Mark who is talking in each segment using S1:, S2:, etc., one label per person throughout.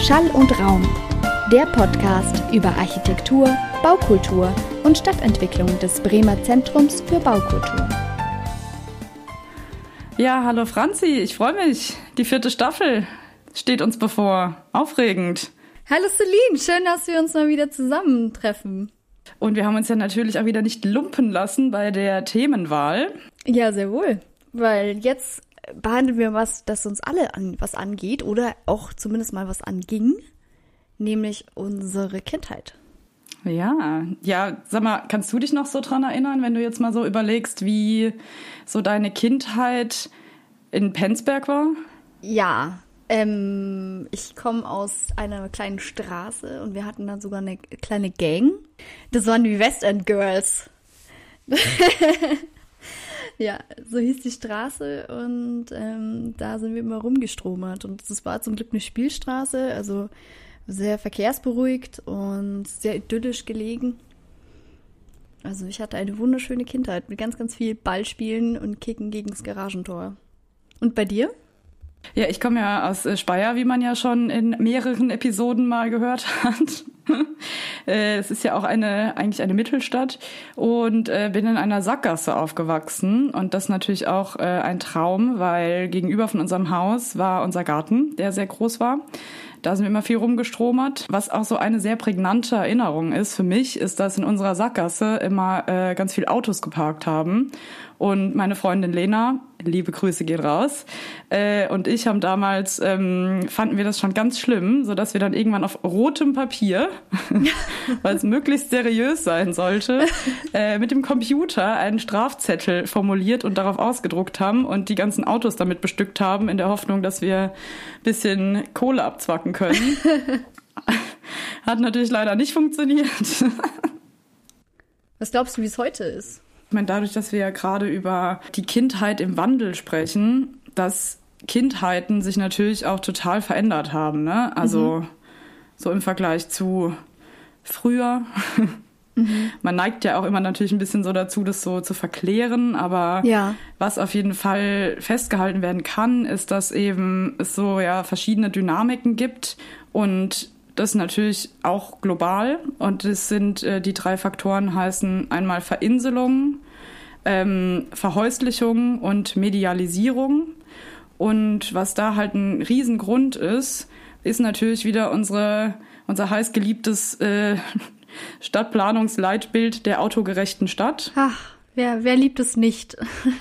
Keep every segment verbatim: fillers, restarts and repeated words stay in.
S1: Schall und Raum, der Podcast über Architektur, Baukultur und Stadtentwicklung des Bremer Zentrums für Baukultur.
S2: Ja, hallo Franzi, ich freue mich. Die vierte Staffel steht uns bevor. Aufregend.
S1: Hallo Celine, schön, dass wir uns mal wieder zusammentreffen.
S2: Und wir haben uns ja natürlich auch wieder nicht lumpen lassen bei der Themenwahl.
S1: Ja, sehr wohl, weil jetzt behandeln wir was, das uns alle an, was angeht oder auch zumindest mal was anging, nämlich unsere Kindheit.
S2: Ja, ja, sag mal, kannst du dich noch so dran erinnern, wenn du jetzt mal so überlegst, wie so deine Kindheit in Penzberg war?
S1: Ja, ähm, ich komme aus einer kleinen Straße und wir hatten dann sogar eine kleine Gang. Das waren die West End Girls. Ja, so hieß die Straße und ähm, da sind wir immer rumgestromert. Und das war zum Glück eine Spielstraße, also sehr verkehrsberuhigt und sehr idyllisch gelegen. Also ich hatte eine wunderschöne Kindheit mit ganz, ganz viel Ballspielen und Kicken gegen das Garagentor. Und bei dir?
S2: Ja, ich komme ja aus Speyer, wie man ja schon in mehreren Episoden mal gehört hat. Es ist ja auch eine eigentlich eine Mittelstadt und äh, bin in einer Sackgasse aufgewachsen und das natürlich auch äh, ein Traum, weil gegenüber von unserem Haus war unser Garten, der sehr groß war. Da sind wir immer viel rumgestromert. Was auch so eine sehr prägnante Erinnerung ist für mich, ist, dass in unserer Sackgasse immer äh, ganz viele Autos geparkt haben. Und meine Freundin Lena, liebe Grüße gehen raus, äh, und ich haben damals, ähm, fanden wir das schon ganz schlimm, sodass wir dann irgendwann auf rotem Papier, weil es möglichst seriös sein sollte, äh, mit dem Computer einen Strafzettel formuliert und darauf ausgedruckt haben und die ganzen Autos damit bestückt haben, in der Hoffnung, dass wir ein bisschen Kohle abzwacken können. Hat natürlich leider nicht funktioniert.
S1: Was glaubst du, wie es heute ist?
S2: Ich meine, dadurch, dass wir ja gerade über die Kindheit im Wandel sprechen, dass Kindheiten sich natürlich auch total verändert haben, ne? Also mhm. so im Vergleich zu früher. Mhm. Man neigt ja auch immer natürlich ein bisschen so dazu, das so zu verklären, aber ja. Was auf jeden Fall festgehalten werden kann, ist, dass eben es so ja verschiedene Dynamiken gibt und das natürlich auch global und das sind äh, die drei Faktoren heißen einmal Verinselung, ähm, Verhäuslichung und Medialisierung. Und was da halt ein Riesengrund ist, ist natürlich wieder unsere unser heißgeliebtes äh, Stadtplanungsleitbild der autogerechten Stadt.
S1: Ach, wer, wer liebt es nicht?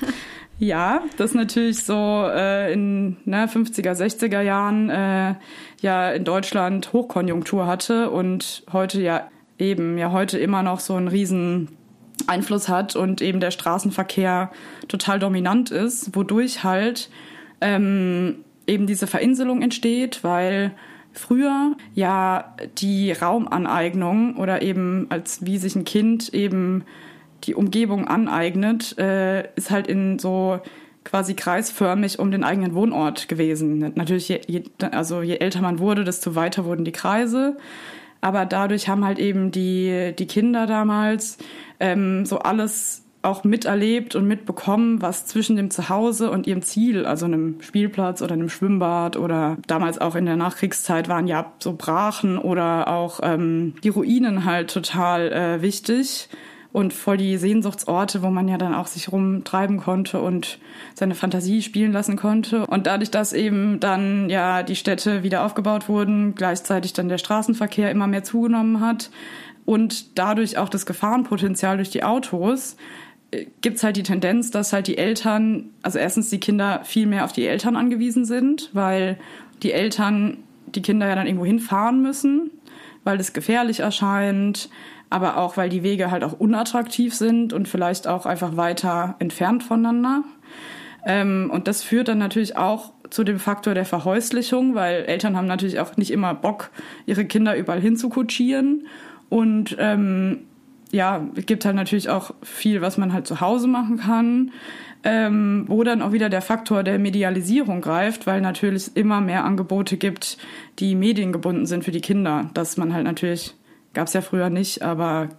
S2: Ja, das natürlich so äh, in ne, fünfziger, sechziger Jahren äh, ja in Deutschland Hochkonjunktur hatte und heute ja eben ja heute immer noch so einen riesen Einfluss hat und eben der Straßenverkehr total dominant ist, wodurch halt ähm, eben diese Verinselung entsteht, weil früher ja die Raumaneignung oder eben als wie sich ein Kind eben die Umgebung aneignet, äh, ist halt in so quasi kreisförmig um den eigenen Wohnort gewesen. Natürlich, je, je, also je älter man wurde, desto weiter wurden die Kreise. Aber dadurch haben halt eben die, die Kinder damals ähm, so alles auch miterlebt und mitbekommen, was zwischen dem Zuhause und ihrem Ziel, also einem Spielplatz oder einem Schwimmbad oder damals auch in der Nachkriegszeit waren ja so Brachen oder auch ähm, die Ruinen halt total äh, wichtig. Und voll die Sehnsuchtsorte, wo man ja dann auch sich rumtreiben konnte und seine Fantasie spielen lassen konnte. Und dadurch, dass eben dann ja die Städte wieder aufgebaut wurden, gleichzeitig dann der Straßenverkehr immer mehr zugenommen hat und dadurch auch das Gefahrenpotenzial durch die Autos, gibt's halt die Tendenz, dass halt die Eltern, also erstens die Kinder viel mehr auf die Eltern angewiesen sind, weil die Eltern die Kinder ja dann irgendwo hinfahren müssen, weil das gefährlich erscheint, aber auch, weil die Wege halt auch unattraktiv sind und vielleicht auch einfach weiter entfernt voneinander. Ähm, und das führt dann natürlich auch zu dem Faktor der Verhäuslichung, weil Eltern haben natürlich auch nicht immer Bock, ihre Kinder überall hinzukutschieren. Und ähm, ja, es gibt halt natürlich auch viel, was man halt zu Hause machen kann, ähm, wo dann auch wieder der Faktor der Medialisierung greift, weil natürlich immer mehr Angebote gibt, die mediengebunden sind für die Kinder, dass man halt natürlich gab es ja früher nicht, aber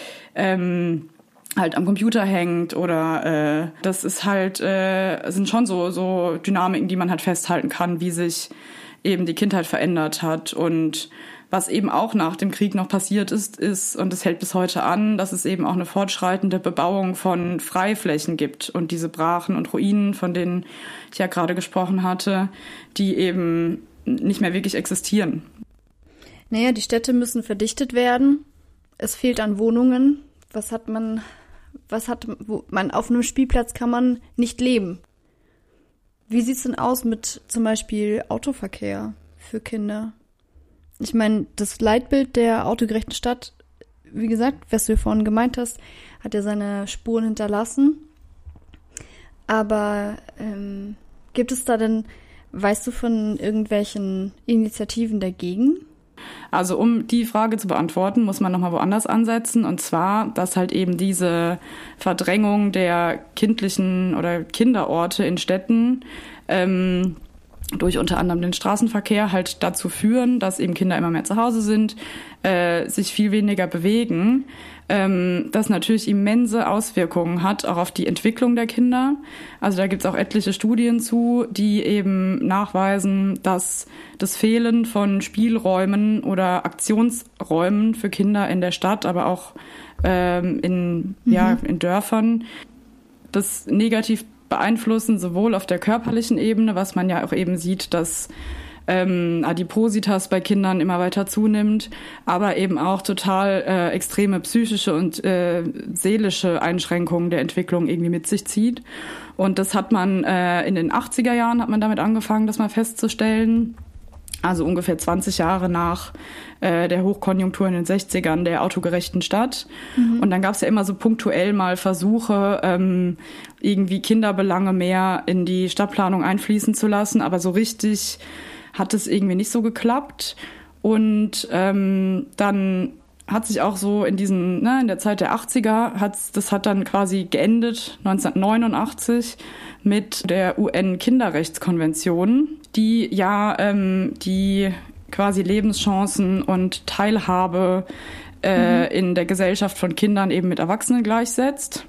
S2: ähm, halt am Computer hängt oder äh, das ist halt äh, sind schon so so Dynamiken, die man halt festhalten kann, wie sich eben die Kindheit verändert hat. Und was eben auch nach dem Krieg noch passiert ist, ist, und es hält bis heute an, dass es eben auch eine fortschreitende Bebauung von Freiflächen gibt. Und diese Brachen und Ruinen, von denen ich ja gerade gesprochen hatte, die eben nicht mehr wirklich existieren.
S1: Naja, die Städte müssen verdichtet werden. Es fehlt an Wohnungen. Was hat man, was hat wo, man, auf einem Spielplatz kann man nicht leben. Wie sieht's denn aus mit zum Beispiel Autoverkehr für Kinder? Ich meine, das Leitbild der autogerechten Stadt, wie gesagt, was du vorhin gemeint hast, hat ja seine Spuren hinterlassen. Aber ähm, gibt es da denn, weißt du von irgendwelchen Initiativen dagegen?
S2: Also um die Frage zu beantworten, muss man nochmal woanders ansetzen. Und zwar, dass halt eben diese Verdrängung der kindlichen oder Kinderorte in Städten ähm, durch unter anderem den Straßenverkehr halt dazu führen, dass eben Kinder immer mehr zu Hause sind, äh, sich viel weniger bewegen, ähm, das natürlich immense Auswirkungen hat, auch auf die Entwicklung der Kinder. Also da gibt es auch etliche Studien zu, die eben nachweisen, dass das Fehlen von Spielräumen oder Aktionsräumen für Kinder in der Stadt, aber auch ähm, in, mhm. ja, in Dörfern, das negativ beeinflussen, sowohl auf der körperlichen Ebene, was man ja auch eben sieht, dass ähm, Adipositas bei Kindern immer weiter zunimmt, aber eben auch total äh, extreme psychische und äh, seelische Einschränkungen der Entwicklung irgendwie mit sich zieht. Und das hat man äh, in den achtziger Jahren hat man damit angefangen, das mal festzustellen. Also ungefähr zwanzig Jahre nach äh, der Hochkonjunktur in den sechzigern der autogerechten Stadt. Mhm. Und dann gab es ja immer so punktuell mal Versuche, ähm, irgendwie Kinderbelange mehr in die Stadtplanung einfließen zu lassen. Aber so richtig hat es irgendwie nicht so geklappt. Und ähm, dann hat sich auch so in diesen, ne, in der Zeit der achtziger, hat's, das hat dann quasi geendet, neunzehnhundertneunundachtzig, mit der U N-Kinderrechtskonvention, die ja ähm, die quasi Lebenschancen und Teilhabe äh, mhm. in der Gesellschaft von Kindern eben mit Erwachsenen gleichsetzt.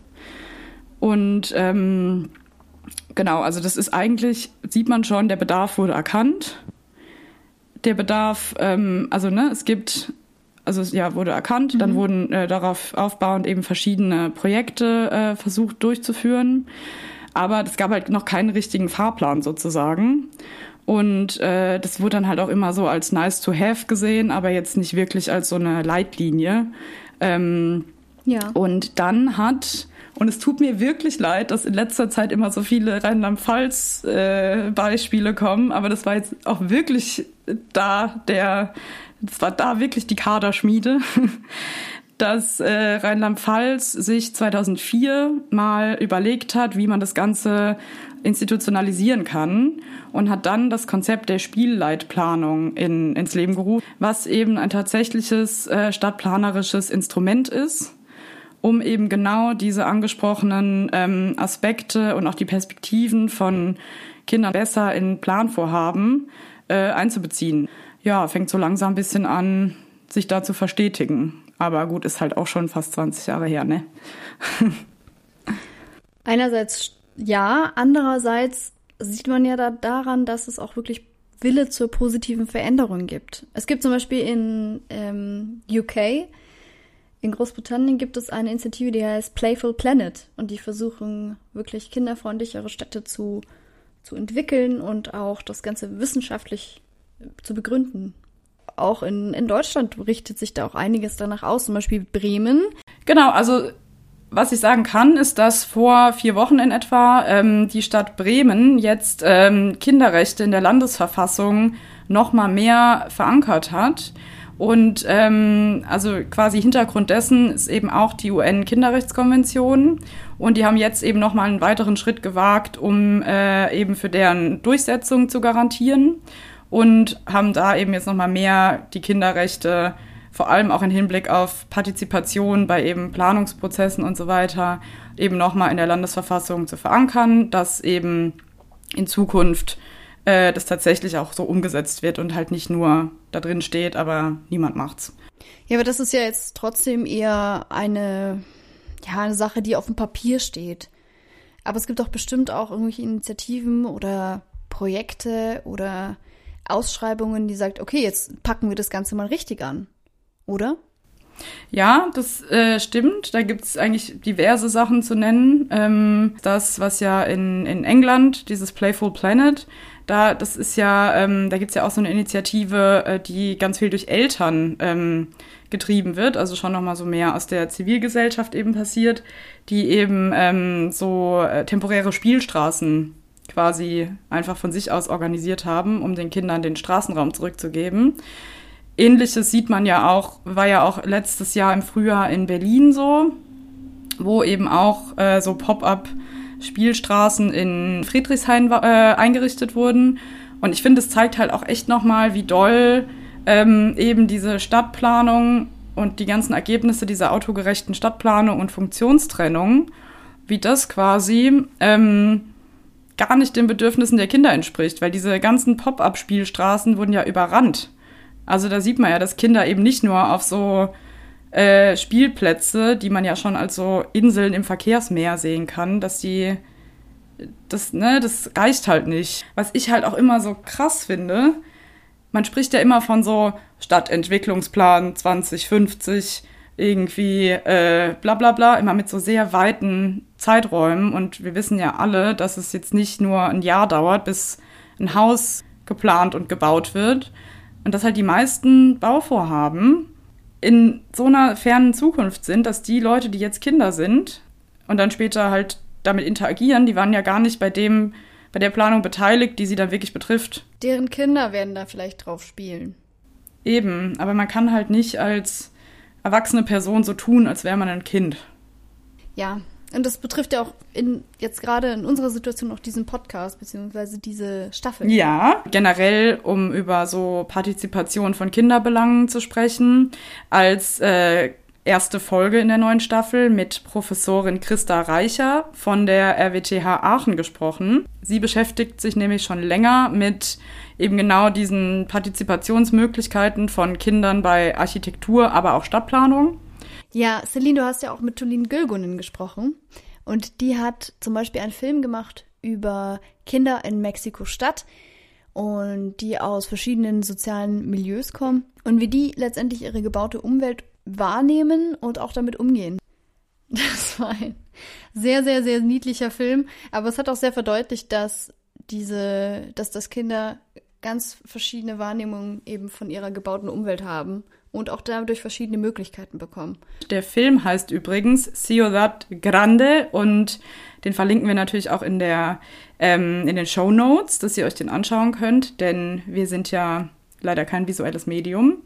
S2: Und ähm, genau, also das ist eigentlich, sieht man schon, der Bedarf wurde erkannt. Der Bedarf, ähm, also ne, es gibt, also ja, wurde erkannt, mhm. dann wurden äh, darauf aufbauend eben verschiedene Projekte äh, versucht durchzuführen. Aber es gab halt noch keinen richtigen Fahrplan sozusagen. Und äh, das wurde dann halt auch immer so als nice to have gesehen, aber jetzt nicht wirklich als so eine Leitlinie. Ähm, ja. Und dann hat, und es tut mir wirklich leid, dass in letzter Zeit immer so viele Rheinland-Pfalz-Beispiele äh, kommen, aber das war jetzt auch wirklich da der, das war da wirklich die Kaderschmiede. dass äh, Rheinland-Pfalz sich zweitausendvier mal überlegt hat, wie man das Ganze institutionalisieren kann und hat dann das Konzept der Spielleitplanung in, ins Leben gerufen, was eben ein tatsächliches äh, stadtplanerisches Instrument ist, um eben genau diese angesprochenen ähm, Aspekte und auch die Perspektiven von Kindern besser in Planvorhaben äh, einzubeziehen. Ja, fängt so langsam ein bisschen an, sich da zu verstetigen. Aber gut, ist halt auch schon fast zwanzig Jahre her, ne?
S1: Einerseits ja, andererseits sieht man ja da daran, dass es auch wirklich Wille zur positiven Veränderung gibt. Es gibt zum Beispiel in ähm, U K, in Großbritannien gibt es eine Initiative, die heißt Playful Planet. Und die versuchen wirklich kinderfreundlichere Städte zu, zu entwickeln und auch das Ganze wissenschaftlich zu begründen. Auch in, in Deutschland richtet sich da auch einiges danach aus, zum Beispiel Bremen.
S2: Genau, also was ich sagen kann, ist, dass vor vier Wochen in etwa ähm, die Stadt Bremen jetzt ähm, Kinderrechte in der Landesverfassung noch mal mehr verankert hat. Und ähm, also quasi Hintergrund dessen ist eben auch die U N-Kinderrechtskonvention. Und die haben jetzt eben noch mal einen weiteren Schritt gewagt, um äh, eben für deren Durchsetzung zu garantieren. Und haben da eben jetzt nochmal mehr die Kinderrechte, vor allem auch im Hinblick auf Partizipation bei eben Planungsprozessen und so weiter, eben nochmal in der Landesverfassung zu verankern, dass eben in Zukunft äh, das tatsächlich auch so umgesetzt wird und halt nicht nur da drin steht, aber niemand macht's.
S1: Ja, aber das ist ja jetzt trotzdem eher eine, ja, eine Sache, die auf dem Papier steht. Aber es gibt doch bestimmt auch irgendwelche Initiativen oder Projekte oder Ausschreibungen, die sagt, okay, jetzt packen wir das Ganze mal richtig an, oder?
S2: Ja, das äh, stimmt. Da gibt es eigentlich diverse Sachen zu nennen. Ähm, das, was ja in, in England, dieses Playful Planet, da, das ist ja, ähm, da gibt es ja auch so eine Initiative, äh, die ganz viel durch Eltern ähm, getrieben wird, also schon nochmal so mehr aus der Zivilgesellschaft eben passiert, die eben ähm, so äh, temporäre Spielstraßen quasi einfach von sich aus organisiert haben, um den Kindern den Straßenraum zurückzugeben. Ähnliches sieht man ja auch, war ja auch letztes Jahr im Frühjahr in Berlin so, wo eben auch äh, so Pop-up-Spielstraßen in Friedrichshain äh, eingerichtet wurden. Und ich finde, es zeigt halt auch echt nochmal, wie doll ähm, eben diese Stadtplanung und die ganzen Ergebnisse dieser autogerechten Stadtplanung und Funktionstrennung, wie das quasi ähm, gar nicht den Bedürfnissen der Kinder entspricht, weil diese ganzen Pop-up-Spielstraßen wurden ja überrannt. Also da sieht man ja, dass Kinder eben nicht nur auf so äh, Spielplätze, die man ja schon als so Inseln im Verkehrsmeer sehen kann, dass die, das, ne, das reicht halt nicht. Was ich halt auch immer so krass finde, man spricht ja immer von so Stadtentwicklungsplan zwanzig fünfzig, irgendwie äh, bla bla bla, immer mit so sehr weiten Zeiträumen. Und wir wissen ja alle, dass es jetzt nicht nur ein Jahr dauert, bis ein Haus geplant und gebaut wird. Und dass halt die meisten Bauvorhaben in so einer fernen Zukunft sind, dass die Leute, die jetzt Kinder sind und dann später halt damit interagieren, die waren ja gar nicht bei dem, bei der Planung beteiligt, die sie dann wirklich betrifft.
S1: Deren Kinder werden da vielleicht drauf spielen.
S2: Eben, aber man kann halt nicht als erwachsene Person so tun, als wäre man ein Kind.
S1: Ja, und das betrifft ja auch in, jetzt gerade in unserer Situation auch diesen Podcast, beziehungsweise diese Staffel.
S2: Ja, generell, um über so Partizipation von Kinderbelangen zu sprechen, als äh, erste Folge in der neuen Staffel mit Professorin Christa Reicher von der R W T H Aachen gesprochen. Sie beschäftigt sich nämlich schon länger mit eben genau diesen Partizipationsmöglichkeiten von Kindern bei Architektur, aber auch Stadtplanung.
S1: Ja, Celine, du hast ja auch mit Tulin Gülgunen gesprochen und die hat zum Beispiel einen Film gemacht über Kinder in Mexiko-Stadt und die aus verschiedenen sozialen Milieus kommen und wie die letztendlich ihre gebaute Umwelt wahrnehmen und auch damit umgehen. Das war ein sehr, sehr, sehr niedlicher Film, aber es hat auch sehr verdeutlicht, dass diese, dass das Kinder ganz verschiedene Wahrnehmungen eben von ihrer gebauten Umwelt haben und auch dadurch verschiedene Möglichkeiten bekommen. Der
S2: Film heißt übrigens Ciudad Grande und den verlinken wir natürlich auch in der ähm, in den Shownotes, dass ihr euch den anschauen könnt, denn wir sind ja leider kein visuelles Medium.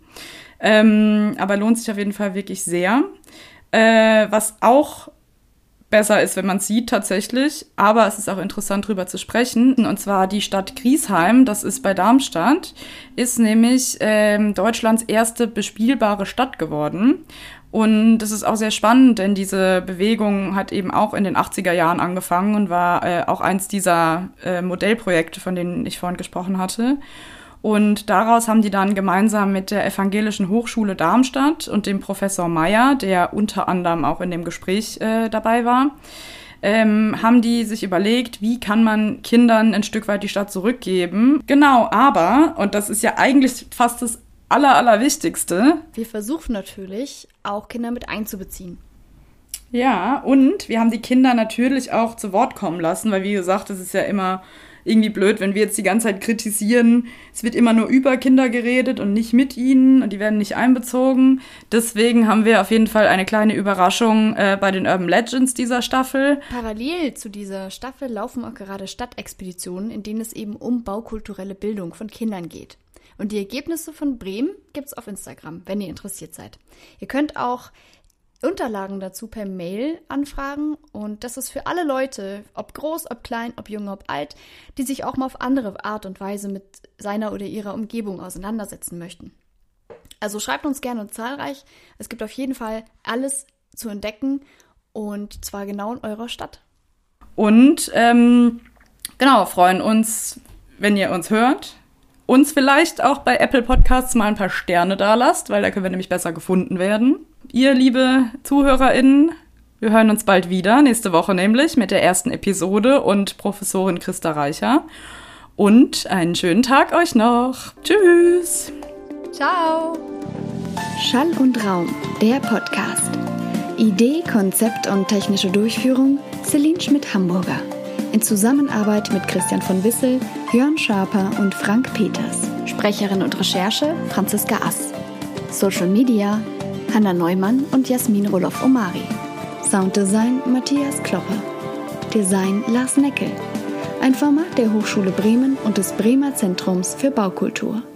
S2: Ähm, aber lohnt sich auf jeden Fall wirklich sehr. Äh, was auch besser ist, wenn man es sieht tatsächlich, aber es ist auch interessant, drüber zu sprechen. Und zwar die Stadt Griesheim, das ist bei Darmstadt, ist nämlich ähm, Deutschlands erste bespielbare Stadt geworden. Und das ist auch sehr spannend, denn diese Bewegung hat eben auch in den achtziger Jahren angefangen und war äh, auch eins dieser äh, Modellprojekte, von denen ich vorhin gesprochen hatte. Und daraus haben die dann gemeinsam mit der Evangelischen Hochschule Darmstadt und dem Professor Meyer, der unter anderem auch in dem Gespräch äh, dabei war, ähm, haben die sich überlegt, wie kann man Kindern ein Stück weit die Stadt zurückgeben. Genau, aber, und das ist ja eigentlich fast das Aller, Allerwichtigste.
S1: Wir versuchen natürlich, auch Kinder mit einzubeziehen.
S2: Ja, und wir haben die Kinder natürlich auch zu Wort kommen lassen, weil wie gesagt, es ist ja immer irgendwie blöd, wenn wir jetzt die ganze Zeit kritisieren, es wird immer nur über Kinder geredet und nicht mit ihnen und die werden nicht einbezogen. Deswegen haben wir auf jeden Fall eine kleine Überraschung äh, bei den Urban Legends dieser Staffel.
S1: Parallel zu dieser Staffel laufen auch gerade Stadtexpeditionen, in denen es eben um baukulturelle Bildung von Kindern geht. Und die Ergebnisse von Bremen gibt's auf Instagram, wenn ihr interessiert seid. Ihr könnt auch Unterlagen dazu per Mail anfragen und das ist für alle Leute, ob groß, ob klein, ob jung, ob alt, die sich auch mal auf andere Art und Weise mit seiner oder ihrer Umgebung auseinandersetzen möchten. Also schreibt uns gerne und zahlreich. Es gibt auf jeden Fall alles zu entdecken und zwar genau in eurer Stadt.
S2: Und ähm, genau, freuen uns, wenn ihr uns hört. Uns vielleicht auch bei Apple Podcasts mal ein paar Sterne dalasst, weil da können wir nämlich besser gefunden werden. Ihr, liebe ZuhörerInnen, wir hören uns bald wieder, nächste Woche nämlich, mit der ersten Episode und Professorin Christa Reicher. und einen schönen Tag euch noch. Tschüss.
S1: Ciao.
S3: Schall und Raum, der Podcast. Idee, Konzept und technische Durchführung Celine Schmidt-Hamburger. In Zusammenarbeit mit Christian von Wissel, Jörn Schaper und Frank Peters. Sprecherin und Recherche Franziska Ass. Social Media Hanna Neumann und Jasmin Roloff-Omari. Sounddesign Matthias Kloppe. Design Lars Neckel. Ein Format der Hochschule Bremen und des Bremer Zentrums für Baukultur.